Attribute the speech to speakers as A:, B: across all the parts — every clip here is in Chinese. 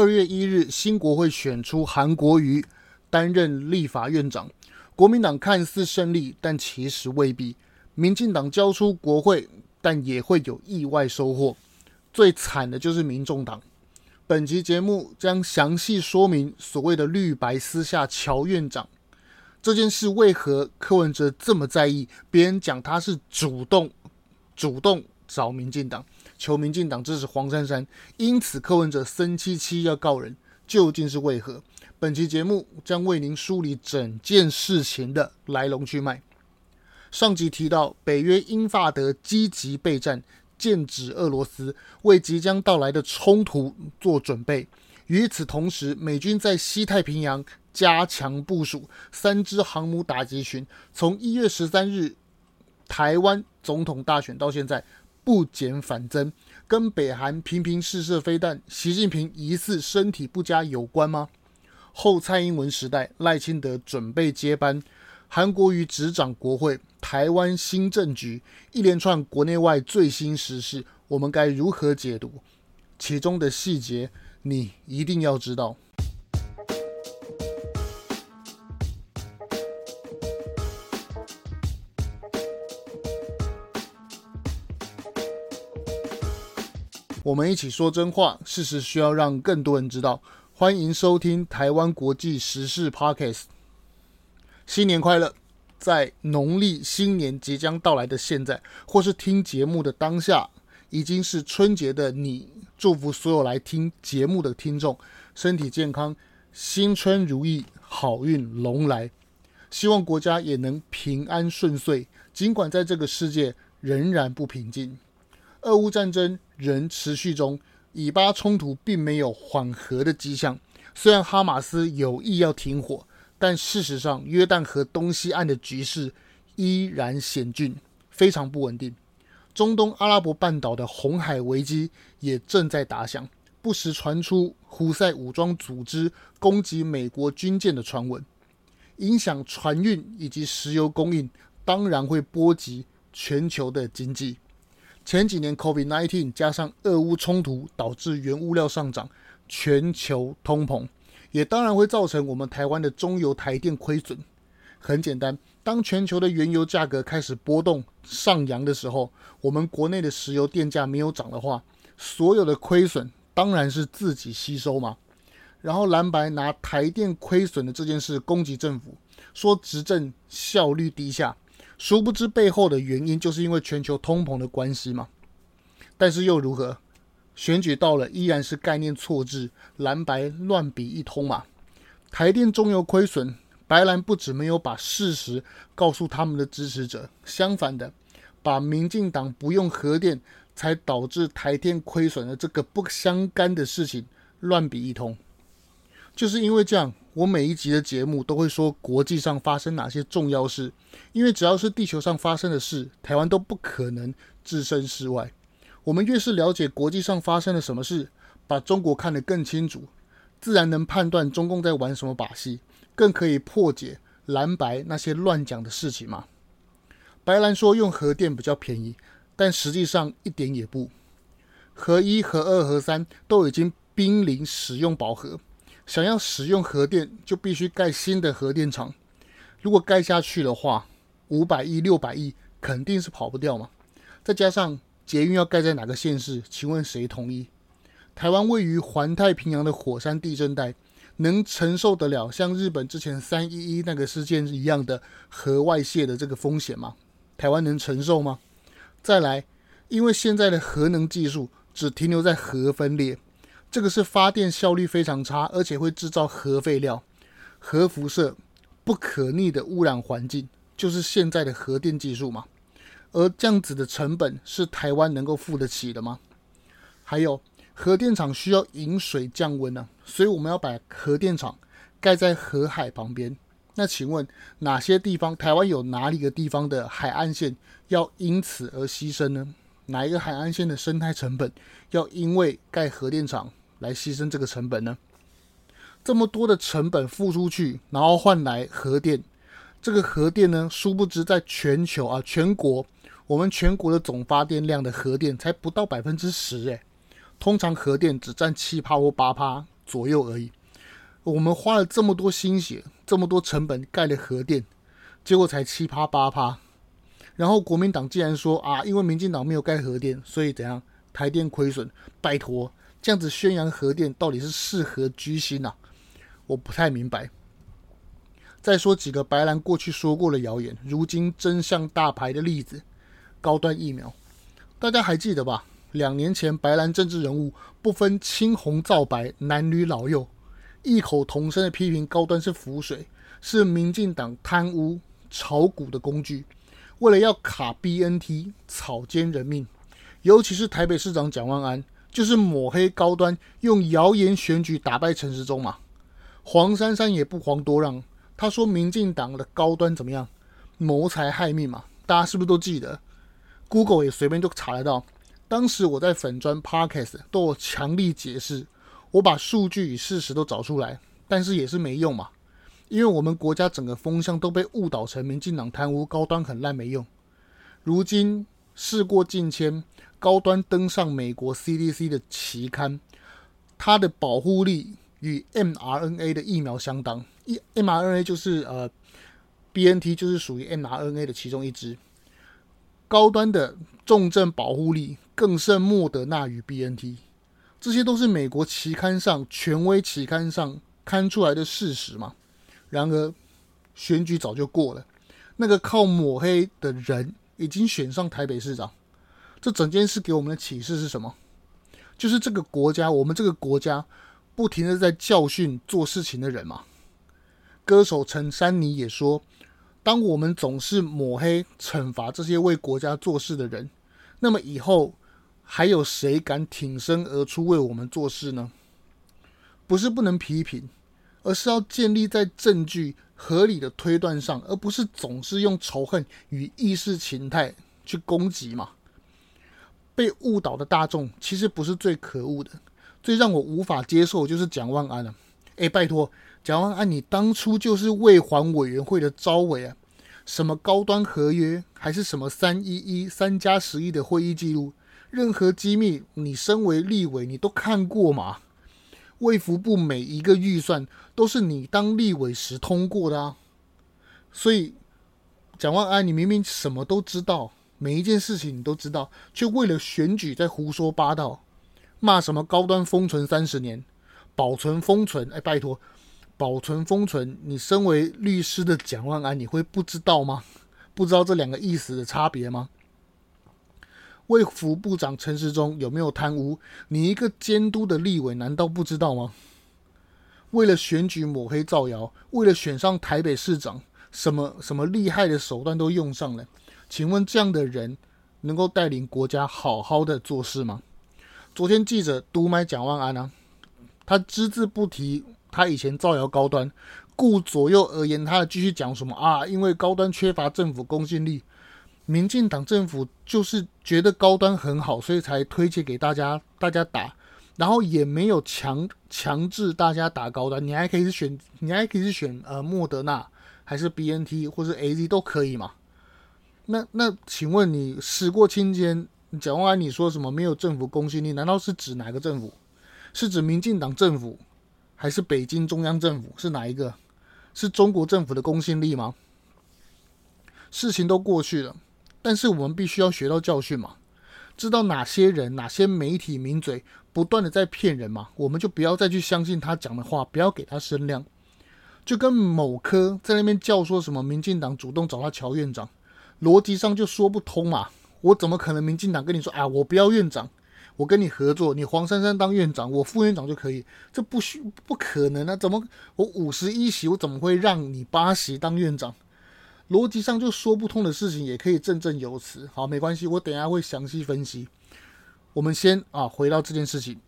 A: 2月1日，新国会选出韩国瑜担任立法院长。国民党看似胜利，但其实未必。民进党交出国会，但也会有意外收获。最惨的就是民众党。本期节目将详细说明所谓的绿白私下乔院长这件事，为何柯文哲这么在意？别人讲他是主动找民进党，求民进党支持黄珊珊，因此柯文哲生气要告人，究竟是为何？本期节目将为您梳理整件事情的来龙去脉。上集提到，北约英法德积极备战，剑指俄罗斯，为即将到来的冲突做准备。与此同时，美军在西太平洋加强部署，3支航母打击群，从1月13日台湾总统大选到现在不减反增，跟北韩频频试射飞弹，习近平疑似身体不佳有关吗？后蔡英文时代，赖清德准备接班，韩国瑜执掌国会，台湾新政局，一连串国内外最新时事，我们该如何解读？其中的细节，你一定要知道。我们一起说真话，事实需要让更多人知道。欢迎收听台湾国际时事 Podcast。 新年快乐！在农历新年即将到来的现在，或是听节目的当下，已经是春节的你，祝福所有来听节目的听众身体健康，新春如意，好运龙来。希望国家也能平安顺遂，尽管在这个世界仍然不平静。俄乌战争仍持续中，以巴冲突并没有缓和的迹象。虽然哈马斯有意要停火，但事实上约旦河东西岸的局势依然险峻，非常不稳定。中东阿拉伯半岛的红海危机也正在打响，不时传出胡塞武装组织攻击美国军舰的传闻，影响船运以及石油供应，当然会波及全球的经济。前几年 COVID-19 加上俄乌冲突导致原物料上涨，全球通膨，也当然会造成我们台湾的中油台电亏损。很简单，当全球的原油价格开始波动上扬的时候，我们国内的石油电价没有涨的话，所有的亏损当然是自己吸收嘛。然后蓝白拿台电亏损的这件事攻击政府，说执政效率低下，殊不知背后的原因就是因为全球通膨的关系嘛。但是又如何？选举到了，依然是概念错置，蓝白乱比一通嘛。台电中油亏损，白蓝不止没有把事实告诉他们的支持者，相反的，把民进党不用核电才导致台电亏损的这个不相干的事情乱比一通。就是因为这样，我每一集的节目都会说国际上发生哪些重要事，因为只要是地球上发生的事，台湾都不可能置身事外。我们越是了解国际上发生了什么事，把中国看得更清楚，自然能判断中共在玩什么把戏，更可以破解蓝白那些乱讲的事情嘛。白蓝说用核电比较便宜，但实际上一点也不。核1、核2、核3都已经濒临使用饱和，想要使用核电就必须盖新的核电厂，如果盖下去的话，500亿、600亿肯定是跑不掉嘛。再加上捷运要盖在哪个县市，请问谁同意？台湾位于环太平洋的火山地震带，能承受得了像日本之前311那个事件一样的核外泄的这个风险吗？台湾能承受吗？再来，因为现在的核能技术只停留在核分裂，这个是发电效率非常差，而且会制造核废料、核辐射、不可逆的污染环境，就是现在的核电技术嘛。而这样子的成本是台湾能够付得起的吗？还有，核电厂需要引水降温啊，所以我们要把核电厂盖在河海旁边。那请问哪些地方，台湾有哪里个地方的海岸线要因此而牺牲呢？哪一个海岸线的生态成本要因为盖核电厂来牺牲这个成本呢？这么多的成本付出去，然后换来核电，这个核电呢，殊不知在全球全国，我们全国的总发电量的核电才不到10%，通常核电只占7%或8% 左右而已。我们花了这么多心血，这么多成本盖了核电，结果才7%、8%。然后国民党竟然说啊，因为民进党没有盖核电，所以怎样台电亏损？拜托，这样子宣扬核电到底是是何居心啊？我不太明白。再说几个白蓝过去说过的谣言，如今真相大白的例子，高端疫苗，大家还记得吧？2年前白蓝政治人物不分青红皂白、男女老幼，异口同声的批评高端是浮水，是民进党贪污炒股的工具，为了要卡 BNT 草菅人命。尤其是台北市长蒋万安，就是抹黑高端，用谣言选举打败陈时中嘛。黄珊珊也不遑多让，他说民进党的高端怎么样，谋财害命嘛，大家是不是都记得？ Google 也随便就查得到。当时我在粉专 Podcast 都有强力解释，我把数据与事实都找出来，但是也是没用嘛，因为我们国家整个风向都被误导成民进党贪污，高端很烂没用。如今事过境迁，高端登上美国 CDC 的期刊，它的保护力与 mRNA 的疫苗相当。mRNA 就是BNT 就是属于 mRNA 的其中一支。高端的重症保护力更胜莫德纳与 BNT， 这些都是美国期刊上权威期刊上刊出来的事实嘛。然而选举早就过了，那个靠抹黑的人已经选上台北市长。这整件事给我们的启示是什么？就是这个国家，我们这个国家不停的在教训做事情的人嘛。歌手陈珊妮也说，当我们总是抹黑惩罚这些为国家做事的人，那么以后还有谁敢挺身而出为我们做事呢？不是不能批评，而是要建立在证据合理的推断上，而不是总是用仇恨与意识形态去攻击嘛。被误导的大众其实不是最可恶的，最让我无法接受的就是蒋万安啊。拜托，蒋万安你当初就是卫环委员会的召委啊，什么高端合约，还是什么311 3+11的会议记录，任何机密你身为立委你都看过嘛。卫福部每一个预算都是你当立委时通过的啊。所以蒋万安你明明什么都知道，每一件事情你都知道，却为了选举在胡说八道，骂什么高端封存30年，保存封存，拜托，保存封存，你身为律师的蒋万安，你会不知道吗？不知道这两个意思的差别吗？卫福部长陈时中有没有贪污？你一个监督的立委难道不知道吗？为了选举抹黑造谣，为了选上台北市长，什么厉害的手段都用上了。请问这样的人能够带领国家好好的做事吗？昨天记者毒买蒋万安啊，他只字不提他以前造谣高端，顾左右而言他继续讲什么啊？因为高端缺乏政府公信力，民进党政府就是觉得高端很好，所以才推荐给大家打，然后也没有强制大家打高端，你还可以选莫德纳还是 BNT 或是 AZ 都可以嘛。那请问你时过境迁，蒋万安你说什么没有政府公信力？难道是指哪个政府？是指民进党政府，还是北京中央政府？是哪一个？是中国政府的公信力吗？事情都过去了，但是我们必须要学到教训嘛，知道哪些人、哪些媒体名嘴不断的在骗人嘛，我们就不要再去相信他讲的话，不要给他声量。就跟某科在那边叫说什么民进党主动找他乔院长，逻辑上就说不通嘛。我怎么可能民进党跟你说啊，我不要院长，我跟你合作，你黄珊珊当院长，我副院长就可以？这不可能啊！怎么我51席，我怎么会让你8席当院长？逻辑上就说不通的事情，也可以振振有词。好，没关系，我等一下会详细分析。我们先回到这件事情。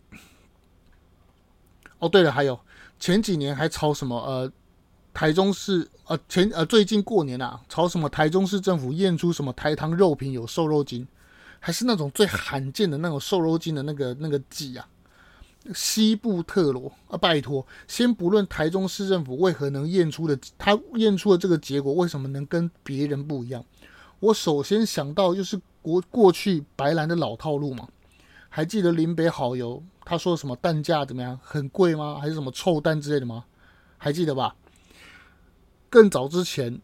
A: 对了，还有前几年还吵什么台中市最近过年吵什么台中市政府验出什么台糖肉品有瘦肉精，还是那种最罕见的那种瘦肉精的那个剂西部特罗拜托，先不论台中市政府为何能验出的，他验出的这个结果为什么能跟别人不一样？我首先想到就是过去白蓝的老套路嘛，还记得林北好友他说什么蛋价怎么样，很贵吗？还是什么臭蛋之类的吗？还记得吧？更早之前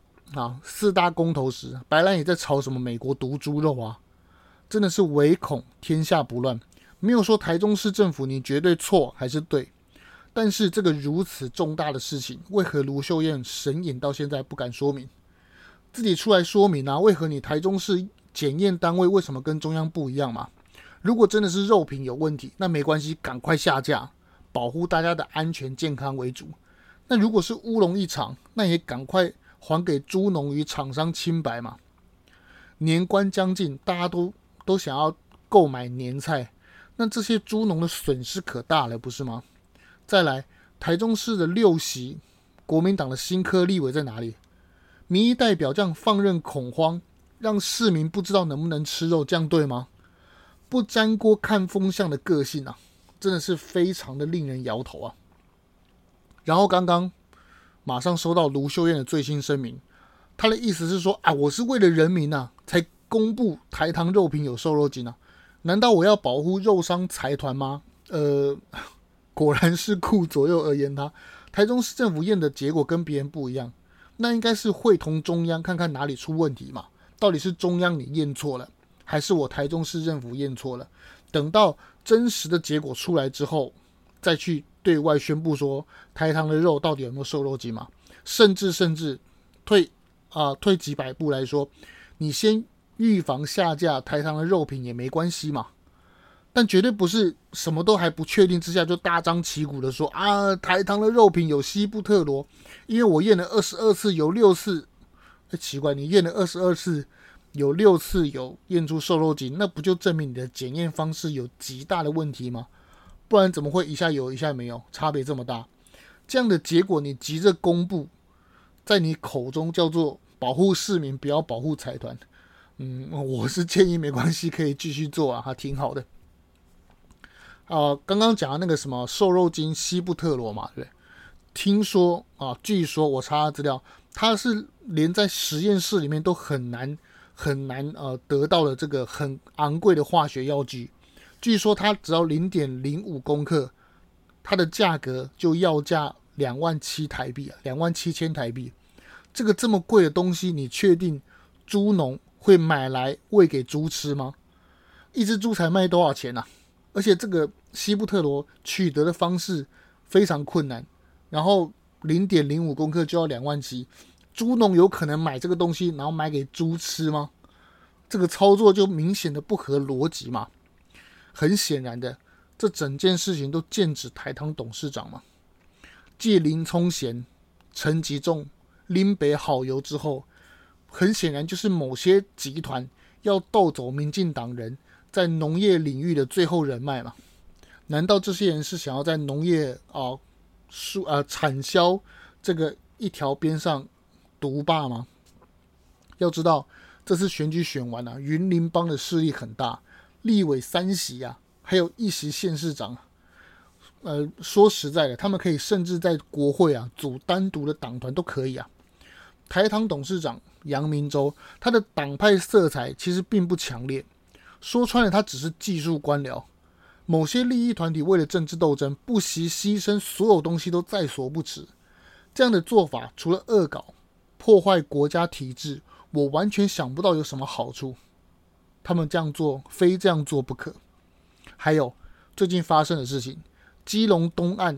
A: 4大公投时，白兰也在吵什么美国毒猪肉啊，真的是唯恐天下不乱。没有说台中市政府你绝对错还是对，但是这个如此重大的事情，为何卢秀燕神隐到现在不敢说明？自己出来说明啊，为何你台中市检验单位为什么跟中央不一样嘛？如果真的是肉品有问题，那没关系，赶快下架，保护大家的安全健康为主。那如果是乌龙一场，那也赶快还给猪农与厂商清白嘛。年关将近，大家都想要购买年菜，那这些猪农的损失可大了，不是吗？再来，台中市的6席国民党的新科立委在哪里？民意代表这样放任恐慌，让市民不知道能不能吃肉，这样对吗？不沾锅看风向的个性啊，真的是非常的令人摇头啊。然后刚刚马上收到卢秀燕的最新声明，她的意思是说我是为了人民啊，才公布台糖肉品有瘦肉精啊，难道我要保护肉商财团吗？果然是顾左右而言他。台中市政府验的结果跟别人不一样，那应该是会同中央看看哪里出问题嘛？到底是中央你验错了，还是我台中市政府验错了？等到真实的结果出来之后，再去对外宣布说台糖的肉到底有没有瘦肉精嘛？甚至退几百步来说，你先预防下架台糖的肉品也没关系嘛。但绝对不是什么都还不确定之下就大张旗鼓的说台糖的肉品有西布特罗，因为我验了22次有6次，奇怪，你验了22次有6次有验出瘦肉精，那不就证明你的检验方式有极大的问题吗？不然怎么会一下有一下没有，差别这么大？这样的结果你急着公布，在你口中叫做保护市民，不要保护财团。我是建议没关系，可以继续做还挺好的。刚刚讲的那个什么瘦肉精西布特罗嘛，对不对？听说据说我查资料，它是连在实验室里面都很难得到的这个很昂贵的化学药剂。据说它只要 0.05 公克，它的价格就要价27000台币27000台币。这个这么贵的东西，你确定猪农会买来喂给猪吃吗？一只猪才卖多少钱啊？而且这个西布特罗取得的方式非常困难，然后 0.05 公克就要27000，猪农有可能买这个东西然后买给猪吃吗？这个操作就明显的不合逻辑嘛。很显然的，这整件事情都剑指台糖董事长嘛。继林聪贤、陈吉仲拎北好油之后，很显然就是某些集团要斗走民进党人在农业领域的最后人脉嘛？难道这些人是想要在农业产销这个一条边上独霸吗？要知道，这次选举选完云林帮的势力很大，立委3席还有1席县市长说实在的，他们可以甚至在国会组单独的党团都可以台糖董事长杨明洲，他的党派色彩其实并不强烈，说穿了，他只是技术官僚。某些利益团体为了政治斗争，不惜牺牲所有东西都在所不辞。这样的做法，除了恶搞、破坏国家体制，我完全想不到有什么好处。他们这样做，非这样做不可。还有最近发生的事情，基隆东岸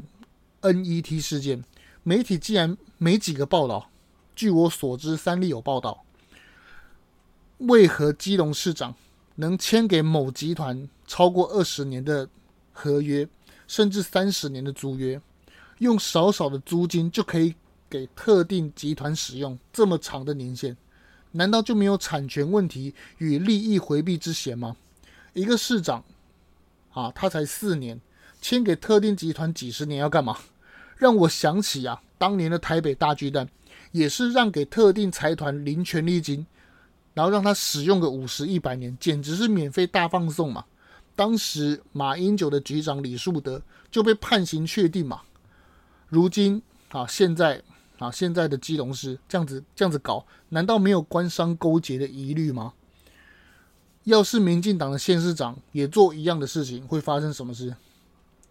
A: NET 事件，媒体竟然没几个报道。据我所知，3例有报道。为何基隆市长能签给某集团超过20年的合约，甚至30年的租约，用少少的租金就可以给特定集团使用这么长的年限？难道就没有产权问题与利益回避之嫌吗？一个市长他才4年，签给特定集团几十年要干嘛？让我想起当年的台北大巨蛋，也是让给特定财团零权利金，然后让他使用个50、100年，简直是免费大放送嘛。当时马英九的局长李树德就被判刑确定嘛。如今现在的基隆市这样子搞，难道没有官商勾结的疑虑吗？要是民进党的县市长也做一样的事情，会发生什么事？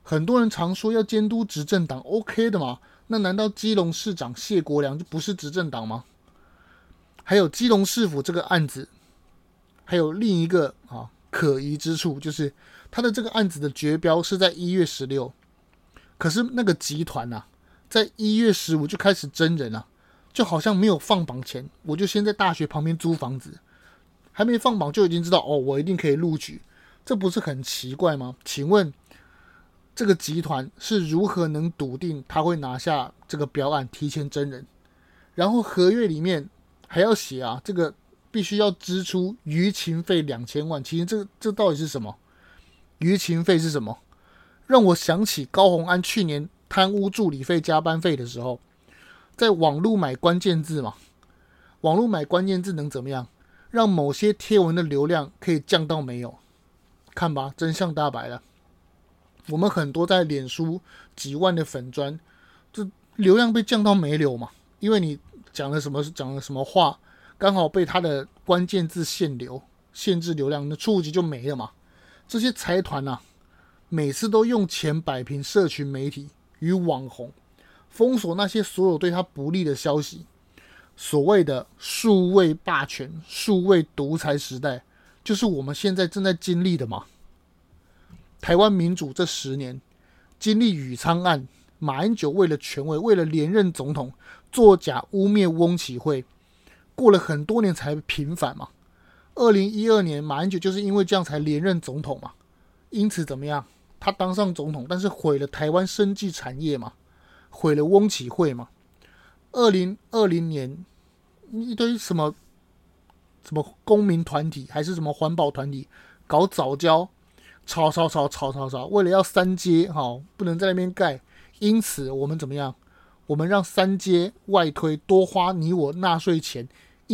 A: 很多人常说要监督执政党 ，OK 的嘛？那难道基隆市长谢国良就不是执政党吗？还有基隆市府这个案子，还有另一个可疑之处，就是他的这个案子的决标是在1月16，可是那个集团在1月15就开始征人就好像没有放榜前，我就先在大学旁边租房子，还没放榜就已经知道我一定可以录取，这不是很奇怪吗？请问这个集团是如何能笃定他会拿下这个标案提前征人？然后合约里面还要写这个必须要支出舆情费2000万，其实这到底是什么？舆情费是什么？让我想起高虹安去年贪污助理费加班费的时候，在网络买关键字嘛，网络买关键字能怎么样？让某些贴文的流量可以降到没有，看吧，真相大白了。我们很多在脸书几万的粉专，这流量被降到没流嘛，因为你讲了什么话，刚好被他的关键字限制流量，那触及就没了嘛。这些财团每次都用钱摆平社群媒体与网红，封锁那些所有对他不利的消息。所谓的数位霸权、数位独裁时代，就是我们现在正在经历的嘛。台湾民主这10年，经历宇昌案，马英九为了权位，为了连任总统，作假污蔑翁启惠，过了很多年才平反嘛。2012年，马英九就是因为这样才连任总统嘛。因此怎么样？他当上总统，但是毁了台湾生技产业嘛，毁了翁启惠嘛。2020年，一堆什么公民团体还是什么环保团体搞藻礁，吵，为了要三接不能在那边盖，因此我们怎么样？我们让三接外推多花你我纳税钱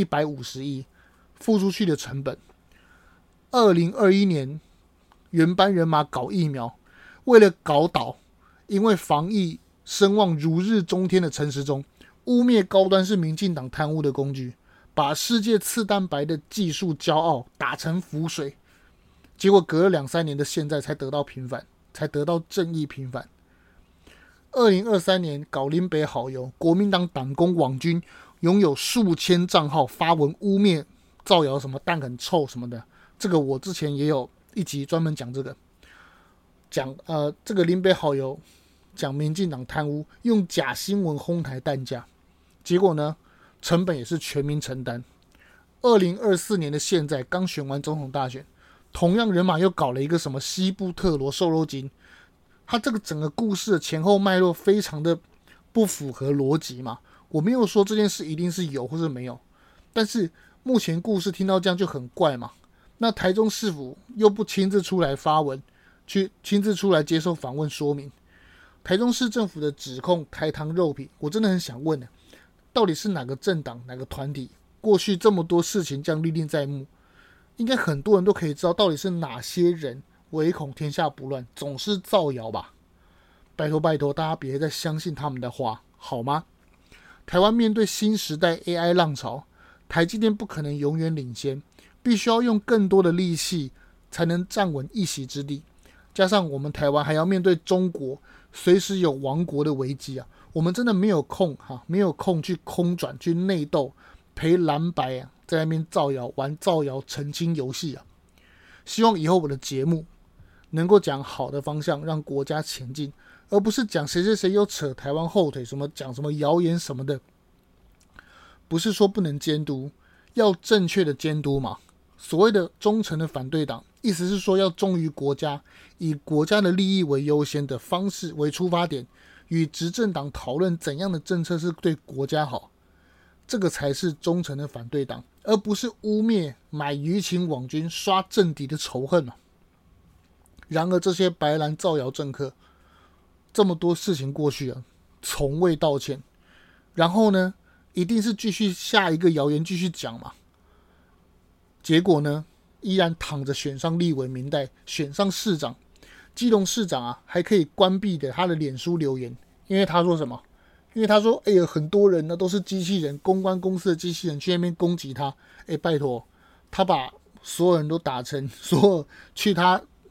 A: 150亿，付出去的成本。2021年原班人马搞疫苗，为了搞倒因为防疫声望如日中天的陈时中，污蔑高端是民进党贪污的工具，把世界次蛋白的技术骄傲打成浮水，结果隔了2-3年的现在才得到平反，才得到正义平反。2023年搞林北好友，国民党党工网军拥有数千账号发文污蔑造谣什么蛋很臭什么的，这个我之前也有一集专门讲这个，这个林北好友讲民进党贪污，用假新闻哄抬蛋价，结果呢，成本也是全民承担。2024年的现在刚选完总统大选，同样人马又搞了一个什么西部特罗瘦肉精，他这个整个故事的前后脉络非常的不符合逻辑嘛。我没有说这件事一定是有或是没有，但是目前故事听到这样就很怪嘛。那台中市府又不亲自出来发文，去亲自出来接受访问说明。台中市政府的指控台糖肉品，我真的很想问到底是哪个政党哪个团体过去这么多事情这样历历在目？应该很多人都可以知道到底是哪些人唯恐天下不乱，总是造谣吧。拜托大家别再相信他们的话好吗？台湾面对新时代 AI 浪潮，台积电不可能永远领先，必须要用更多的力气才能站稳一席之地。加上我们台湾还要面对中国随时有亡国的危机我们真的没有空去空转去内斗，陪蓝白在那边造谣玩造谣澄清游戏希望以后我的节目能够讲好的方向，让国家前进，而不是讲谁谁谁又扯台湾后腿，讲什么谣言什么的。不是说不能监督，要正确的监督嘛。所谓的忠诚的反对党，意思是说要忠于国家，以国家的利益为优先的方式为出发点，与执政党讨论怎样的政策是对国家好，这个才是忠诚的反对党，而不是污蔑买舆情网军刷政敌的仇恨然而这些白蓝造谣政客，这么多事情过去从未道歉，然后呢一定是继续下一个谣言继续讲嘛。结果呢，依然躺着选上立委民代，选上市长。基隆市长还可以关闭他的脸书留言，因为他说什么？因为他说，很多人呢都是机器人，公关公司的机器人去那边攻击他。拜托，他把所有人都打成所有去他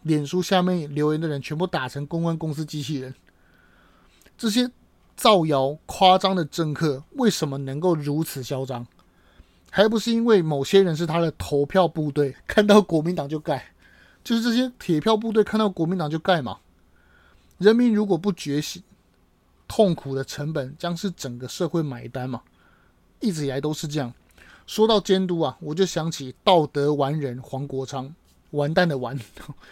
A: 脸书下面留言的人全部打成公关公司机器人。这些造谣夸张的政客为什么能够如此嚣张？还不是因为某些人是他的投票部队，看到国民党就盖，就是这些铁票部队看到国民党就盖嘛。人民如果不觉醒，痛苦的成本将是整个社会买单嘛，一直以来都是这样。说到监督啊，我就想起道德完人黄国昌，完蛋的完，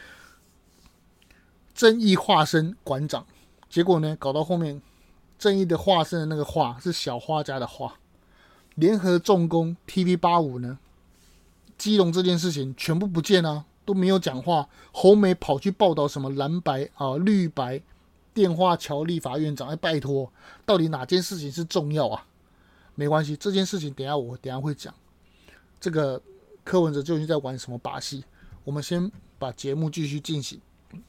A: 正义化身馆长，结果呢，搞到后面，正义的化身的那个化是小画家的画，联合重工 TV85 呢，基隆这件事情全部不见啊，都没有讲话。侯美跑去报道什么蓝白啊、绿白。电话桥立法院长，拜托，到底哪件事情是重要啊？没关系，这件事情等一下会讲。这个柯文哲究竟在玩什么把戏？我们先把节目继续进行。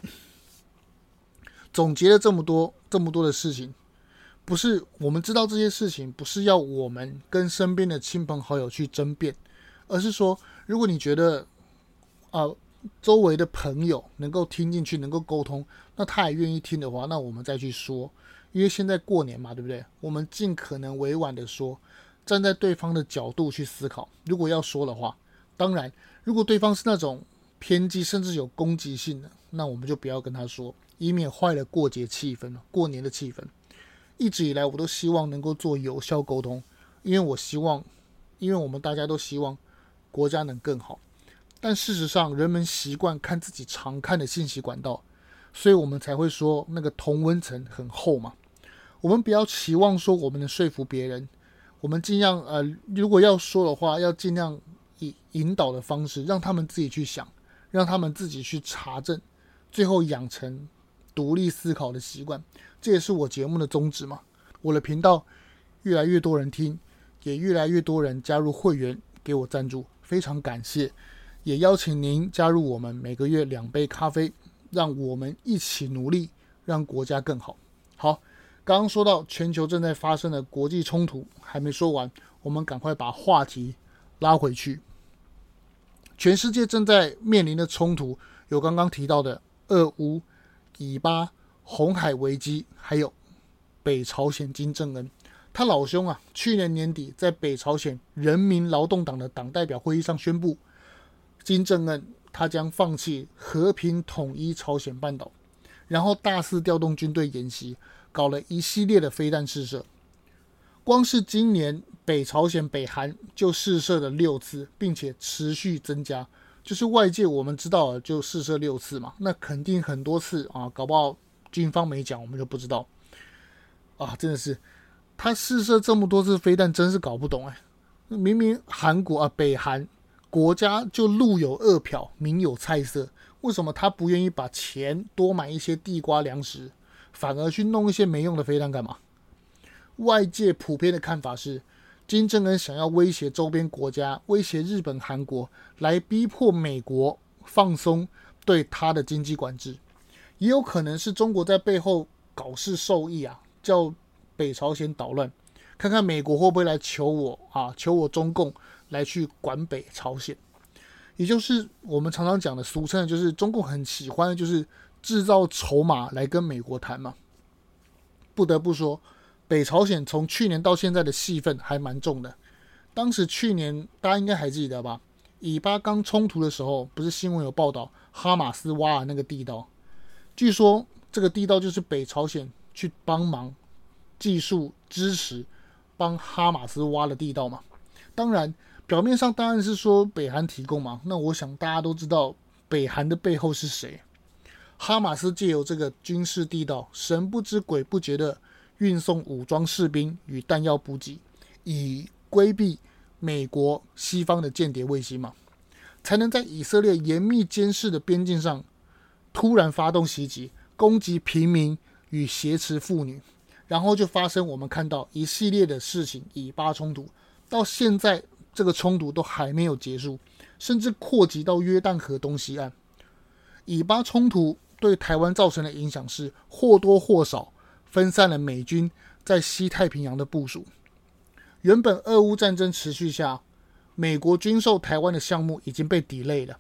A: 总结了这么多的事情，不是我们知道这些事情，不是要我们跟身边的亲朋好友去争辩，而是说，如果你觉得周围的朋友能够听进去，能够沟通，那他也愿意听的话，那我们再去说。因为现在过年嘛，对不对？我们尽可能委婉的说，站在对方的角度去思考。如果要说的话，当然，如果对方是那种偏激甚至有攻击性的，那我们就不要跟他说，以免坏了过节气氛、过年的气氛。一直以来，我都希望能够做有效沟通，因为我们大家都希望国家能更好。但事实上，人们习惯看自己常看的信息管道，所以我们才会说那个同温层很厚嘛。我们不要期望说我们能说服别人，我们尽量如果要说的话，要尽量以引导的方式，让他们自己去想，让他们自己去查证，最后养成独立思考的习惯。这也是我节目的宗旨嘛。我的频道越来越多人听，也越来越多人加入会员给我赞助，非常感谢。也邀请您加入我们，每个月2杯咖啡，让我们一起努力，让国家更好。好，刚刚说到全球正在发生的国际冲突，还没说完，我们赶快把话题拉回去。全世界正在面临的冲突，有刚刚提到的俄乌、以巴、红海危机，还有北朝鲜金正恩。他老兄啊，去年年底在北朝鲜人民劳动党的党代表会议上宣布，金正恩他将放弃和平统一朝鲜半岛，然后大肆调动军队演习，搞了一系列的飞弹试射。光是今年北朝鲜、北韩就试射了6次，并且持续增加。就是外界我们知道了就试射6次嘛，那肯定很多次啊，搞不好军方没讲，我们就不知道啊。真的是他试射这么多次飞弹，真是搞不懂明明韩国啊，北韩国家就路有恶殍，民有菜色，为什么他不愿意把钱多买一些地瓜粮食，反而去弄一些没用的飞弹干嘛？外界普遍的看法是，金正恩想要威胁周边国家，威胁日本、韩国，来逼迫美国放松对他的经济管制。也有可能是中国在背后搞事授意啊，叫北朝鲜捣乱，看看美国会不会来求我中共来去管北朝鲜。也就是我们常常讲的俗称的，就是中共很喜欢的就是制造筹码来跟美国谈嘛。不得不说，北朝鲜从去年到现在的戏份还蛮重的。当时去年大家应该还记得吧，以巴刚冲突的时候，不是新闻有报道哈马斯挖了那个地道，据说这个地道就是北朝鲜去帮忙技术支持帮哈马斯挖了地道嘛。当然表面上当然是说北韩提供嘛，那我想大家都知道北韩的背后是谁。哈马斯借由这个军事地道，神不知鬼不觉的运送武装士兵与弹药补给，以规避美国西方的间谍卫星嘛，才能在以色列严密监视的边境上突然发动袭击，攻击平民与挟持妇女，然后就发生我们看到一系列的事情。以巴冲突到现在这个冲突都还没有结束，甚至扩及到约旦河东西岸。以巴冲突对台湾造成的影响是或多或少分散了美军在西太平洋的部署。原本俄乌战争持续下，美国军售台湾的项目已经被 delay 了，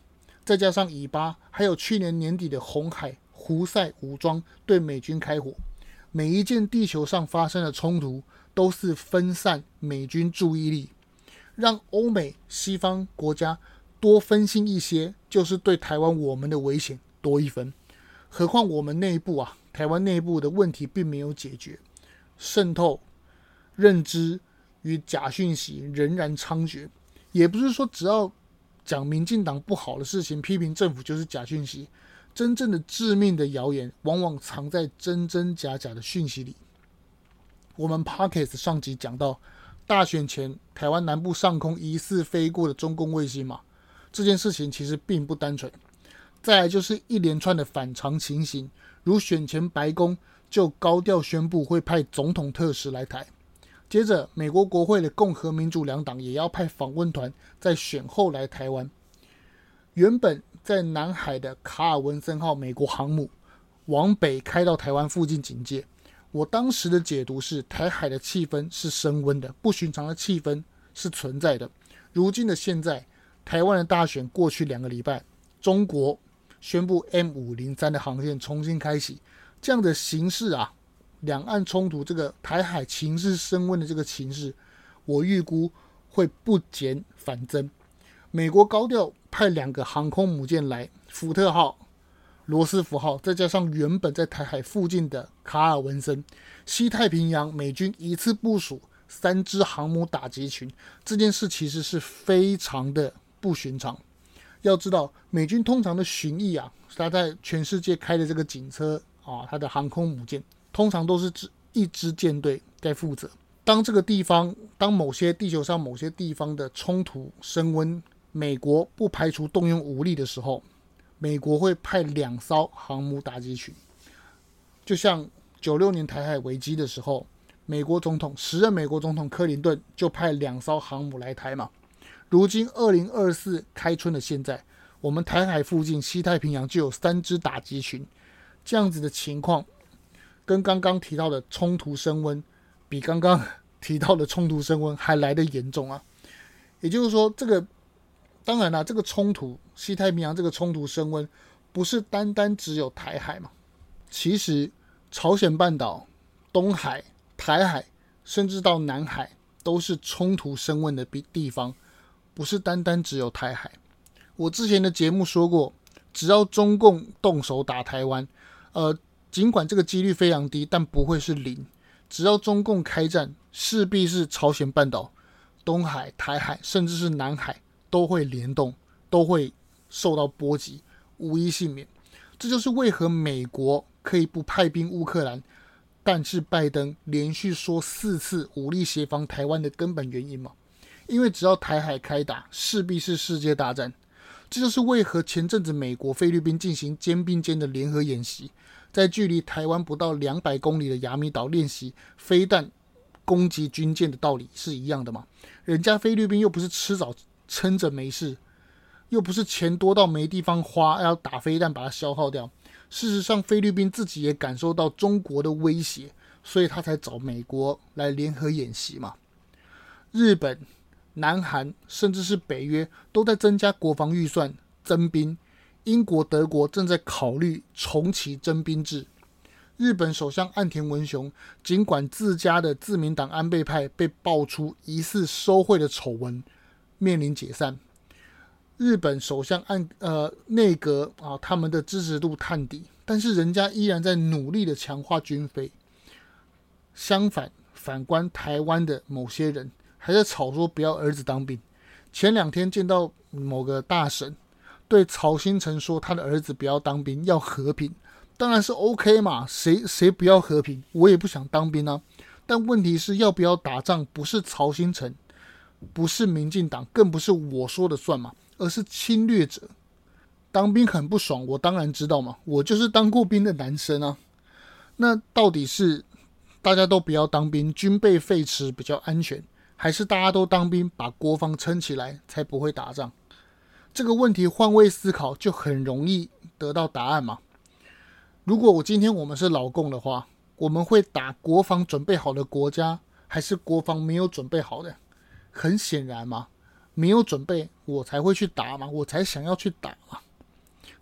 A: 再加上以巴，还有去年年底的红海胡塞武装对美军开火，每一件地球上发生的冲突都是分散美军注意力，让欧美西方国家多分心一些，就是对台湾我们的危险多一分。何况我们内部台湾内部的问题并没有解决，渗透、认知与假讯息仍然猖獗。也不是说只要讲民进党不好的事情，批评政府就是假讯息，真正的致命的谣言往往藏在真真假假的讯息里。我们 Podcast 上集讲到大选前台湾南部上空疑似飞过的中共卫星嘛，这件事情其实并不单纯。再来就是一连串的反常情形，如选前白宫就高调宣布会派总统特使来台，接着美国国会的共和民主两党也要派访问团在选后来台湾。原本在南海的卡尔文森号美国航母往北开到台湾附近警戒，我当时的解读是台海的气氛是升温的，不寻常的气氛是存在的。如今的现在，台湾的大选过去2个礼拜，中国宣布 M503 的航线重新开启，这样的形势两岸冲突这个台海情势升温的这个情势，我预估会不减反增。美国高调派2个航空母舰来，福特号、罗斯福号，再加上原本在台海附近的卡尔文森，西太平洋美军一次部署3支航母打击群，这件事其实是非常的不寻常。要知道，美军通常的巡弋他在全世界开的这个警车他的航空母舰通常都是一支舰队在负责。当这个地方，当地球上某些地方的冲突升温，美国不排除动用武力的时候，美国会派2艘航母打击群。就像96年台海危机的时候，时任美国总统克林顿就派2艘航母来台嘛。如今2024开春的现在，我们台海附近西太平洋就有3支打击群，这样子的情况跟刚刚提到的冲突升温，比刚刚提到的冲突升温还来得严重也就是说，当然这个冲突，西太平洋这个冲突升温，不是单单只有台海嘛。其实朝鲜半岛、东海、台海，甚至到南海，都是冲突升温的地方，不是单单只有台海。我之前的节目说过，只要中共动手打台湾，尽管这个几率非常低，但不会是0。只要中共开战，势必是朝鲜半岛、东海、台海，甚至是南海都会联动，都会受到波及，无一幸免。这就是为何美国可以不派兵乌克兰，但是拜登连续说4次武力协防台湾的根本原因嘛。因为只要台海开打，势必是世界大战。这就是为何前阵子美国、菲律宾进行肩并肩的联合演习，在距离台湾不到200公里的亚米岛练习飞弹攻击军舰的道理是一样的嘛。人家菲律宾又不是吃早撑着没事，又不是钱多到没地方花，要打飞弹把它消耗掉。事实上，菲律宾自己也感受到中国的威胁，所以他才找美国来联合演习嘛。日本、南韩甚至是北约都在增加国防预算、增兵。英国、德国正在考虑重启征兵制。日本首相岸田文雄尽管自家的自民党安倍派被爆出疑似收贿的丑闻，面临解散。日本首相内阁他们的支持度探底，但是人家依然在努力的强化军费。相反，反观台湾的某些人还在吵说不要儿子当兵。前2天见到某个大神对曹兴诚说他的儿子不要当兵，要和平，当然是 OK 嘛，谁不要和平？我也不想当兵啊。但问题是要不要打仗，不是曹兴诚，不是民进党，更不是我说的算嘛，而是侵略者。当兵很不爽，我当然知道嘛，我就是当过兵的男生啊。那到底是大家都不要当兵，军备废弛比较安全，还是大家都当兵，把国防撑起来才不会打仗？这个问题换位思考就很容易得到答案嘛。如果今天我们是老共的话，我们会打国防准备好的国家，还是国防没有准备好的？很显然嘛，没有准备我才会去打嘛，我才想要去打嘛。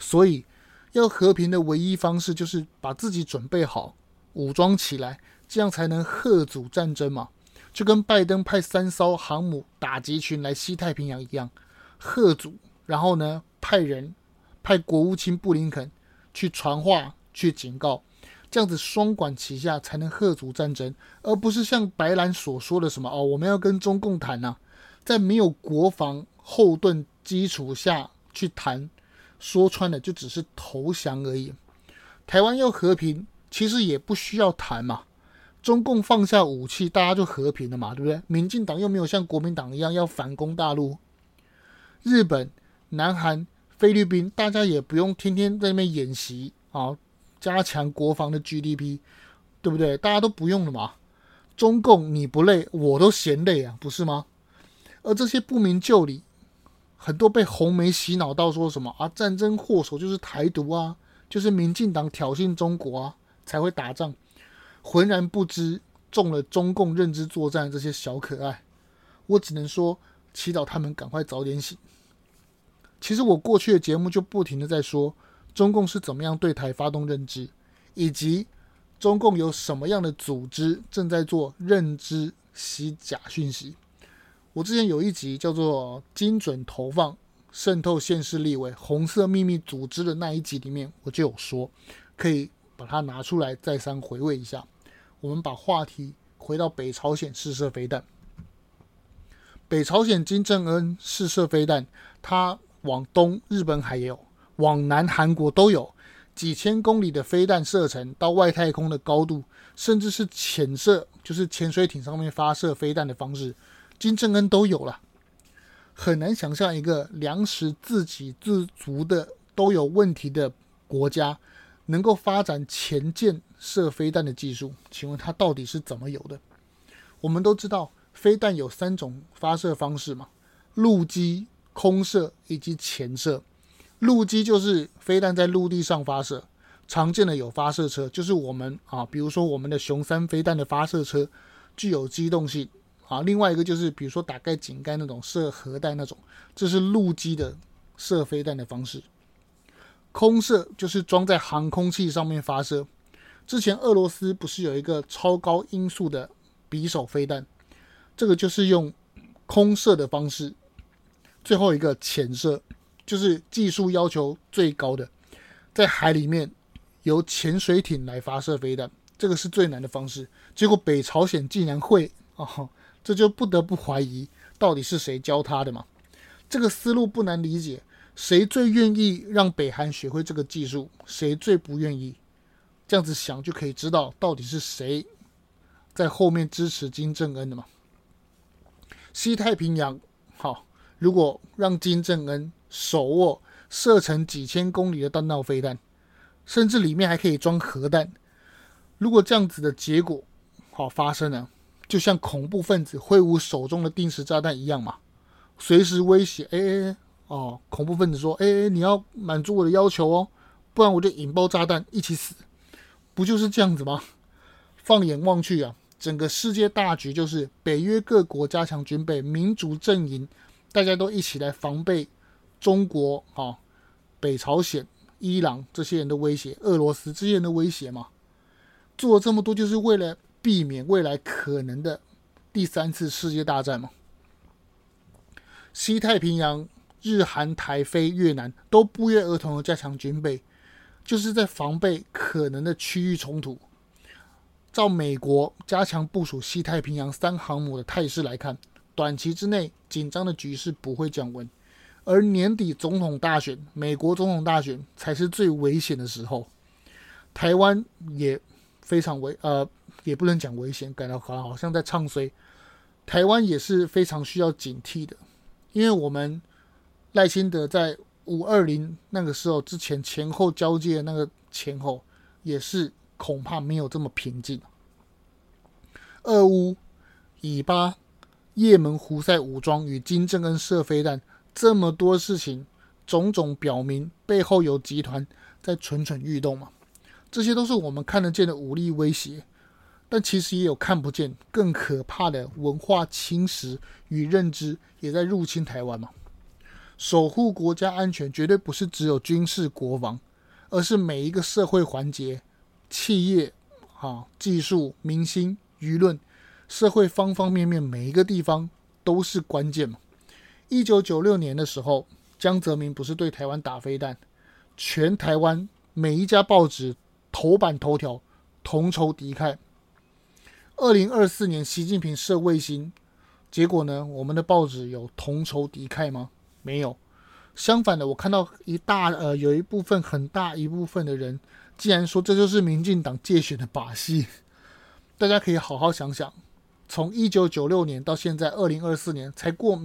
A: 所以要和平的唯一方式就是把自己准备好，武装起来，这样才能吓阻战争嘛。就跟拜登派3艘航母打击群来西太平洋一样，吓阻，然后呢派国务卿布林肯去传话去警告，这样子双管齐下才能吓阻战争，而不是像白兰所说的什么我们要跟中共谈啊，在没有国防后盾基础下去谈，说穿了就只是投降而已。台湾要和平，其实也不需要谈嘛。中共放下武器，大家就和平了嘛，对不对？民进党又没有像国民党一样要反攻大陆。日本、南韩、菲律宾，大家也不用天天在那边演习加强国防的 GDP， 对不对？大家都不用了嘛。中共你不累，我都嫌累啊，不是吗？而这些不明就里，很多被红媒洗脑到说什么战争祸首就是台独啊，就是民进党挑衅中国啊，才会打仗。浑然不知中了中共认知作战的这些小可爱，我只能说祈祷他们赶快早点醒。其实我过去的节目就不停的在说中共是怎么样对台发动认知，以及中共有什么样的组织正在做认知洗假讯息。我之前有一集叫做精准投放渗透县市立委红色秘密组织的那一集里面，我就有说可以把它拿出来再三回味一下。我们把话题回到北朝鲜试射飞弹。北朝鲜金正恩试射飞弹，它往东日本海也有，往南韩国都有，几千公里的飞弹射程到外太空的高度，甚至是潜射，就是潜水艇上面发射飞弹的方式，金正恩都有了。很难想象一个粮食自给自足的都有问题的国家能够发展潜舰射飞弹的技术，请问它到底是怎么有的？我们都知道飞弹有3种发射方式嘛，陆基、空射以及潜射。陆基就是飞弹在陆地上发射，常见的有发射车，就是我们比如说我们的雄3飞弹的发射车具有机动性另外一个就是比如说打盖井盖那种射核弹那种，这是陆基的射飞弹的方式。空射就是装在航空器上面发射，之前俄罗斯不是有一个超高音速的匕首飞弹，这个就是用空射的方式。最后一个潜射就是技术要求最高的，在海里面由潜水艇来发射飞弹，这个是最难的方式。结果北朝鲜竟然会这就不得不怀疑到底是谁教他的嘛。这个思路不难理解，谁最愿意让北韩学会这个技术，谁最不愿意，这样子想就可以知道到底是谁在后面支持金正恩的嘛。西太平洋如果让金正恩手握射程几千公里的弹道飞弹，甚至里面还可以装核弹，如果这样子的结果发生了，就像恐怖分子挥舞手中的定时炸弹一样嘛，随时威胁恐怖分子说你要满足我的要求不然我就引爆炸弹一起死，不就是这样子吗？放眼望去整个世界大局就是北约各国加强军备，民主阵营大家都一起来防备中国北朝鲜、伊朗这些人的威胁，俄罗斯这些人的威胁嘛。做了这么多就是为了避免未来可能的第3次世界大战嘛。西太平洋、日韩台菲越南都不约而同的加强军备，就是在防备可能的区域冲突。照美国加强部署西太平洋3航母的态势来看，短期之内紧张的局势不会降温，而年底总统大选，美国总统大选才是最危险的时候。台湾也非常也不能讲危险，感到好像在唱衰。台湾也是非常需要警惕的，因为我们赖清德在520那个时候之前前后交接的那个前后，也是恐怕没有这么平静。俄乌、以巴、也门胡塞武装与金正恩射飞弹，这么多事情，种种表明背后有集团在蠢蠢欲动嘛。这些都是我们看得见的武力威胁，但其实也有看不见更可怕的文化侵蚀与认知也在入侵台湾嘛。 守护国家安全绝对不是只有军事国防，而是每一个社会环节、企业、技术、民心、舆论、社会方方面面每一个地方都是关键嘛。1996年的时候，江泽民不是对台湾打飞弹，全台湾每一家报纸头版头条同仇敌忾。2024年习近平射卫星，结果呢，我们的报纸有同仇敌忾吗？没有。相反的，我看到有一部分很大一部分的人竟然说这就是民进党介选的把戏。大家可以好好想想，从1996年到现在2024年才过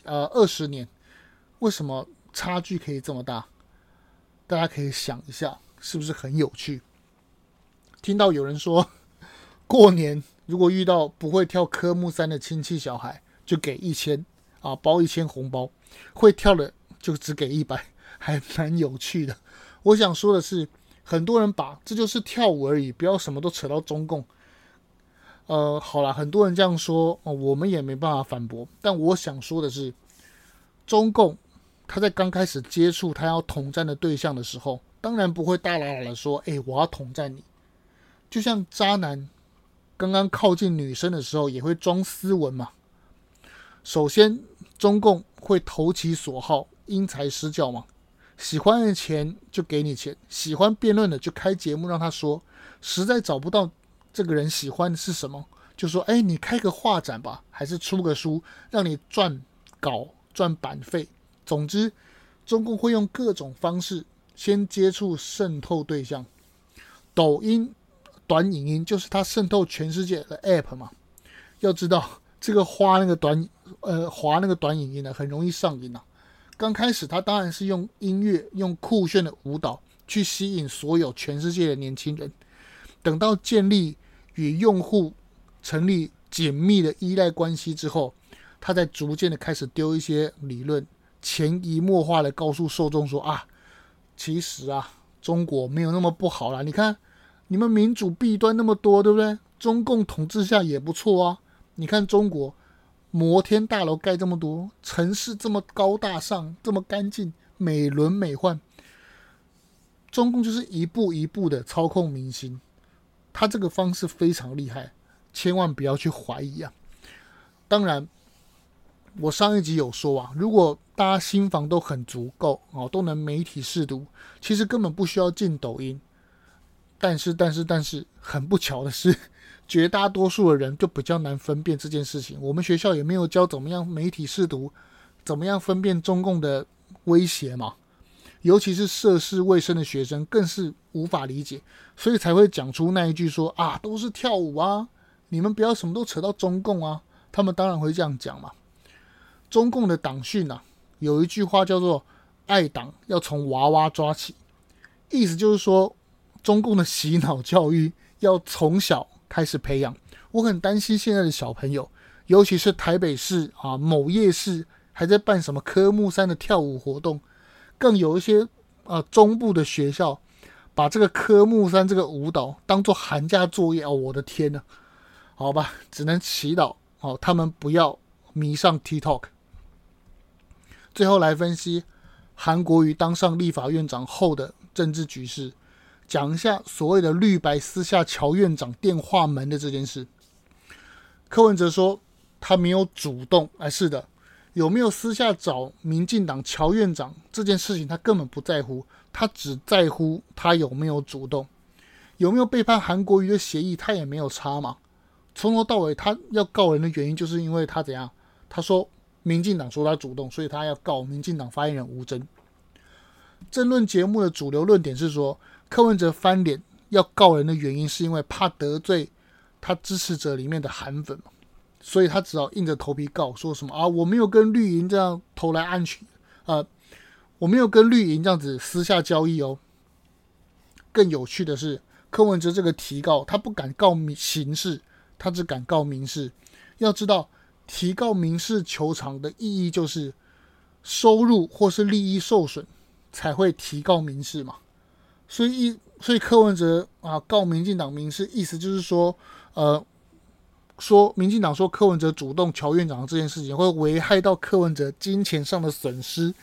A: 20年，为什么差距可以这么大？大家可以想一下，是不是很有趣？听到有人说过年如果遇到不会跳科目3的亲戚小孩，就给1000包1000红包，会跳的就只给100，还蛮有趣的。我想说的是，很多人把这就是跳舞而已，不要什么都扯到中共。好啦，很多人这样说，我们也没办法反驳。但我想说的是，中共他在刚开始接触他要统战的对象的时候，当然不会大喇喇的说，我要统战你。就像渣男刚刚靠近女生的时候，也会装斯文嘛。首先，中共会投其所好，因材施教嘛。喜欢的钱就给你钱，喜欢辩论的就开节目让他说，实在找不到这个人喜欢的是什么，就说你开个画展吧，还是出个书，让你赚稿赚版费。总之，中共会用各种方式先接触渗透对象。抖音短影音就是它渗透全世界的 App 嘛。要知道这个滑那个短影音呢，很容易上瘾啊。刚开始它当然是用音乐、用酷炫的舞蹈去吸引所有全世界的年轻人。等到建立与用户成立紧密的依赖关系之后，他才逐渐的开始丢一些理论，潜移默化的告诉受众说其实中国没有那么不好啦，你看你们民主弊端那么多，对不对？中共统治下也不错啊。你看中国摩天大楼盖这么多，城市这么高大上，这么干净，美轮美奂。中共就是一步一步的操控民心，他这个方式非常厉害，千万不要去怀疑啊。当然，我上一集有说如果大家心防都很足够都能媒体识读，其实根本不需要进抖音。但是很不巧的是，绝大多数的人就比较难分辨这件事情。我们学校也没有教怎么样媒体识读，怎么样分辨中共的威胁嘛。尤其是涉世未深的学生更是无法理解，所以才会讲出那一句说都是跳舞你们不要什么都扯到中共他们当然会这样讲嘛。中共的党训有一句话叫做爱党要从娃娃抓起，意思就是说中共的洗脑教育要从小开始培养。我很担心现在的小朋友，尤其是台北市某夜市还在办什么科目3的跳舞活动，更有一些中部的学校把这个科目3这个舞蹈当做寒假作业我的天哪！好吧，只能祈祷他们不要迷上 TikTok。 最后来分析韩国瑜当上立法院长后的政治局势，讲一下所谓的绿白私下乔院长电话门的这件事。柯文哲说他没有主动，是的，有没有私下找民进党乔院长这件事情他根本不在乎，他只在乎他有没有主动。有没有背叛韩国瑜的协议他也没有差嘛。从头到尾他要告人的原因就是因为他怎样，他说民进党说他主动，所以他要告民进党发言人吴峥。政论节目的主流论点是说，柯文哲翻脸要告人的原因是因为怕得罪他支持者里面的韩粉，所以他只好硬着头皮告，说什么我没有跟绿营这样投来暗去我没有跟绿营这样子私下交易更有趣的是，柯文哲这个提告他不敢告刑事，他只敢告民事。要知道提告民事求偿的意义就是收入或是利益受损才会提告民事嘛。所以柯文哲告民进党民事，意思就是说说民进党说柯文哲主动乔院长这件事情会危害到柯文哲金钱上的损失，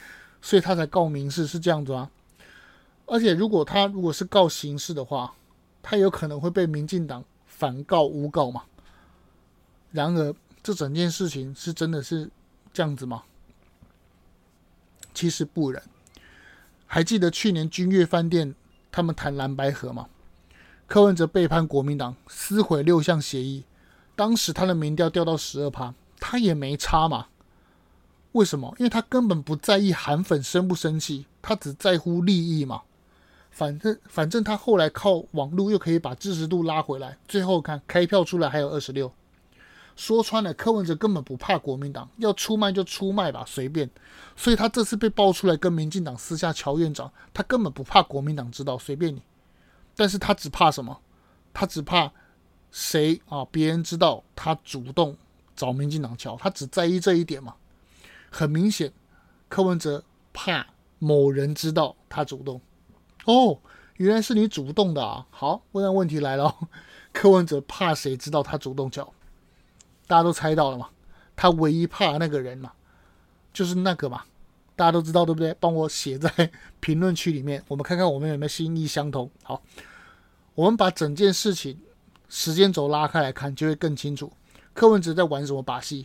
A: 所以他才告民事，是这样子啊。而且如果是告刑事的话，他有可能会被民进党反告诬告嘛。然而这整件事情是真的是这样子吗？其实不然。还记得去年君悦饭店他们谈蓝白合吗？柯文哲背叛国民党，撕毁6项协议，当时他的民调掉到 12%， 他也没差嘛。为什么？因为他根本不在意韩粉生不生气，他只在乎利益嘛。反正他后来靠网络又可以把支持度拉回来，最后看开票出来还有26%。说穿了，柯文哲根本不怕国民党，要出卖就出卖吧，随便。所以他这次被爆出来跟民进党私下乔院长，他根本不怕国民党知道，随便你。但是他只怕什么？他只怕谁啊？别人知道他主动找民进党乔，他只在意这一点嘛。很明显，柯文哲怕某人知道他主动。哦，原来是你主动的啊！好，问题来了，柯文哲怕谁知道他主动乔？大家都猜到了嘛？他唯一怕的那个人嘛，就是那个嘛，大家都知道对不对？帮我写在评论区里面，我们看看我们有没有心意相同。好，我们把整件事情时间轴拉开来看，就会更清楚。柯文哲在玩什么把戏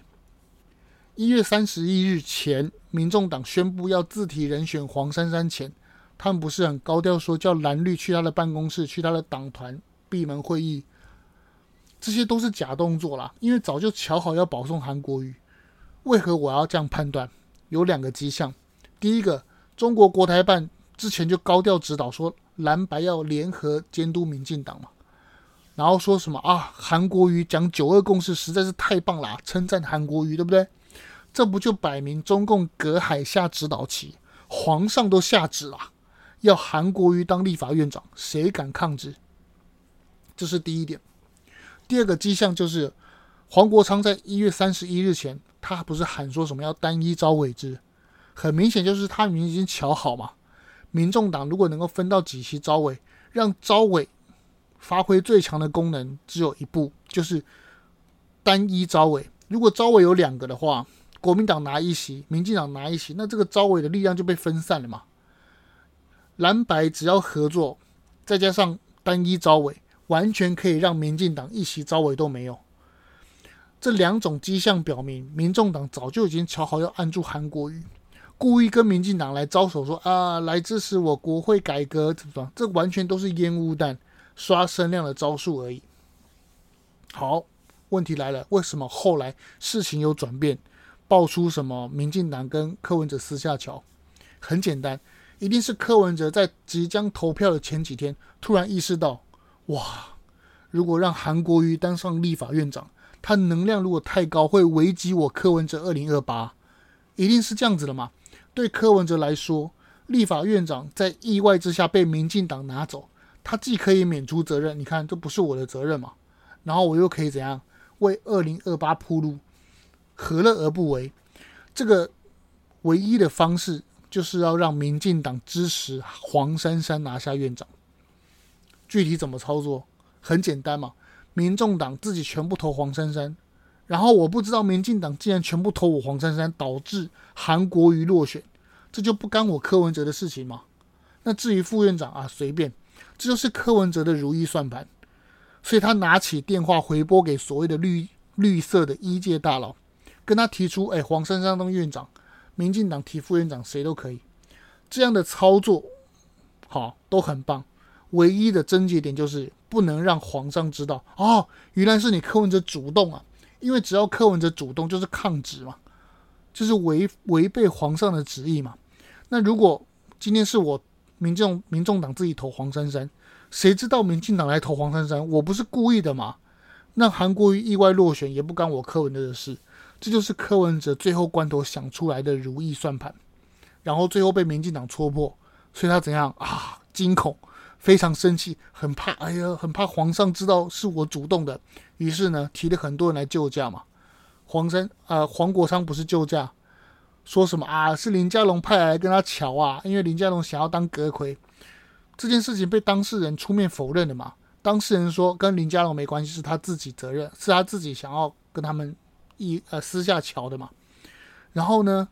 A: ？1月31日前，民众党宣布要自提人选黄珊珊前，他们不是很高调说叫蓝绿去他的办公室，去他的党团闭门会议？这些都是假动作啦，因为早就瞧好要保送韩国瑜。为何我要这样判断？有2个迹象。第一个，中国国台办之前就高调指导说蓝白要联合监督民进党嘛，然后说什么啊，韩国瑜讲9·2共识实在是太棒啦，称赞韩国瑜，对不对？这不就摆明中共隔海下指导棋，皇上都下旨啦，要韩国瑜当立法院长，谁敢抗旨？这是第一点。第二个迹象就是黄国昌在1月31日前，他不是喊说什么要单一召委制，很明显就是他们已经瞧好嘛。民众党如果能够分到几席召委，让召委发挥最强的功能，只有一步，就是单一召委。如果召委有2个的话，国民党拿1席，民进党拿1席，那这个召委的力量就被分散了嘛。蓝白只要合作，再加上单一召委，完全可以让民进党1席召委都没有。这2种迹象表明，民众党早就已经瞧好要按住韩国瑜，故意跟民进党来招手说啊，来支持我国会改革，这完全都是烟雾弹、刷声量的招数而已。好，问题来了，为什么后来事情有转变，爆出什么民进党跟柯文哲私下瞧？很简单，一定是柯文哲在即将投票的前几天，突然意识到，哇，如果让韩国瑜当上立法院长，他能量如果太高，会危及我柯文哲2028，一定是这样子的嘛。对柯文哲来说，立法院长在意外之下被民进党拿走，他既可以免除责任，你看这不是我的责任嘛，然后我又可以怎样为2028铺路，何乐而不为？这个唯一的方式就是要让民进党支持黄珊珊拿下院长。具体怎么操作？很简单嘛，民众党自己全部投黄珊珊，然后我不知道民进党竟然全部投我黄珊珊，导致韩国瑜落选，这就不干我柯文哲的事情嘛。那至于副院长啊，随便，这就是柯文哲的如意算盘。所以他拿起电话回拨给所谓的绿色的1届大佬，跟他提出，黄珊珊当院长，民进党提副院长，谁都可以。这样的操作，好，都很棒。唯一的症结点就是不能让皇上知道，哦，原来是你柯文哲主动啊，因为只要柯文哲主动就是抗旨嘛，就是违背皇上的旨意嘛。那如果今天是我民众党自己投黄珊珊，谁知道民进党来投黄珊珊？我不是故意的嘛。那韩国瑜意外落选也不干我柯文哲的事，这就是柯文哲最后关头想出来的如意算盘，然后最后被民进党戳破，所以他怎样啊？惊恐，非常生气，很怕，很怕皇上知道是我主动的，于是呢，提了很多人来救驾嘛。黄国昌不是救驾，说什么啊？是林佳龙派来跟他瞧啊，因为林佳龙想要当阁揆。这件事情被当事人出面否认了嘛？当事人说跟林佳龙没关系，是他自己责任，是他自己想要跟他们私下瞧的嘛。然后呢，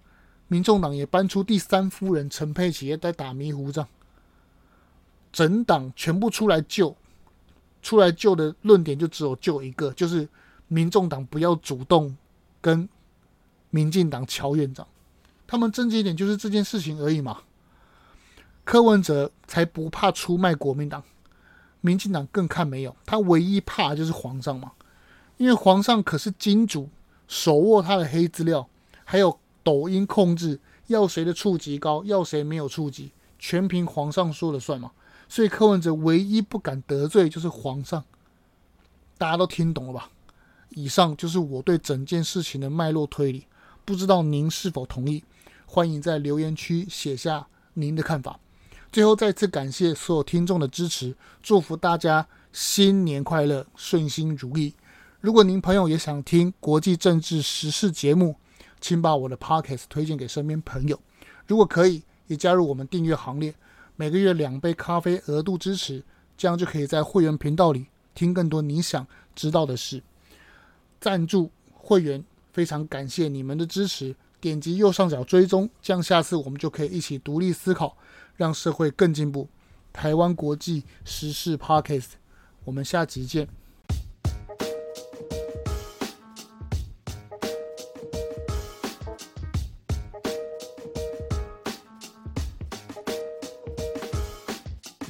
A: 民众党也搬出第三夫人陈佩琪也在打迷糊仗，整党全部出来救的论点就只有一个，就是民众党不要主动跟民进党乔院长，他们症结点就是这件事情而已嘛。柯文哲才不怕出卖国民党，民进党更看没有，他唯一怕的就是皇上嘛，因为皇上可是金主，手握他的黑资料，还有抖音控制，要谁的触及高，要谁没有触及，全凭皇上说了算嘛。所以柯文哲唯一不敢得罪就是皇上，大家都听懂了吧？以上就是我对整件事情的脉络推理，不知道您是否同意？欢迎在留言区写下您的看法。最后再次感谢所有听众的支持，祝福大家新年快乐，顺心如意。如果您朋友也想听国际政治时事节目，请把我的 Podcast 推荐给身边朋友。如果可以，也加入我们订阅行列，每个月2杯咖啡额度支持，这样就可以在会员频道里听更多你想知道的事。赞助会员，非常感谢你们的支持，点击右上角追踪，这样下次我们就可以一起独立思考，让社会更进步。台湾国际时事 Podcast， 我们下集见。